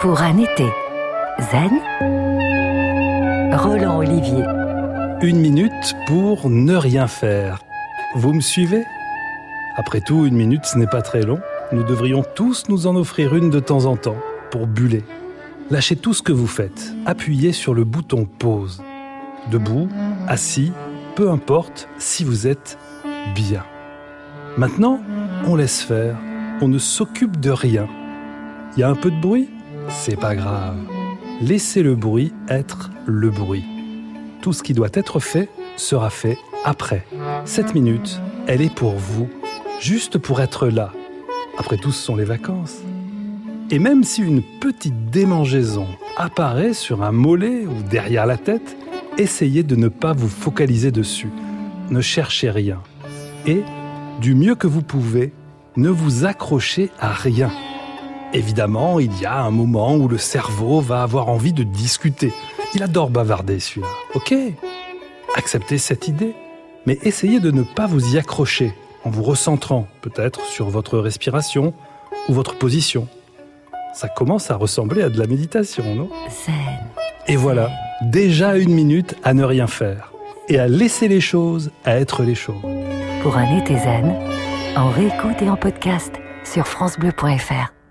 Pour un été zen, Roland Olivier. 1 minute pour ne rien faire. Vous me suivez ? Après tout, 1 minute, ce n'est pas très long. Nous devrions tous nous en offrir une de temps en temps, pour buller. Lâchez tout ce que vous faites. Appuyez sur le bouton pause. Debout, assis, peu importe si vous êtes bien. Maintenant, on laisse faire. On ne s'occupe de rien. Il y a un peu de bruit ? C'est pas grave. Laissez le bruit être le bruit. Tout ce qui doit être fait sera fait après. Cette minute, elle est pour vous, juste pour être là. Après tout, ce sont les vacances. Et même si une petite démangeaison apparaît sur un mollet ou derrière la tête, essayez de ne pas vous focaliser dessus. Ne cherchez rien. Et, du mieux que vous pouvez, ne vous accrochez à rien. Évidemment, il y a un moment où le cerveau va avoir envie de discuter. Il adore bavarder, celui-là. Ok, acceptez cette idée, mais essayez de ne pas vous y accrocher, en vous recentrant peut-être sur votre respiration ou votre position. Ça commence à ressembler à de la méditation, non ? Zen. Et voilà, déjà 1 minute à ne rien faire, et à laisser les choses à être les choses. Pour un été zen, en réécoute et en podcast sur francebleu.fr.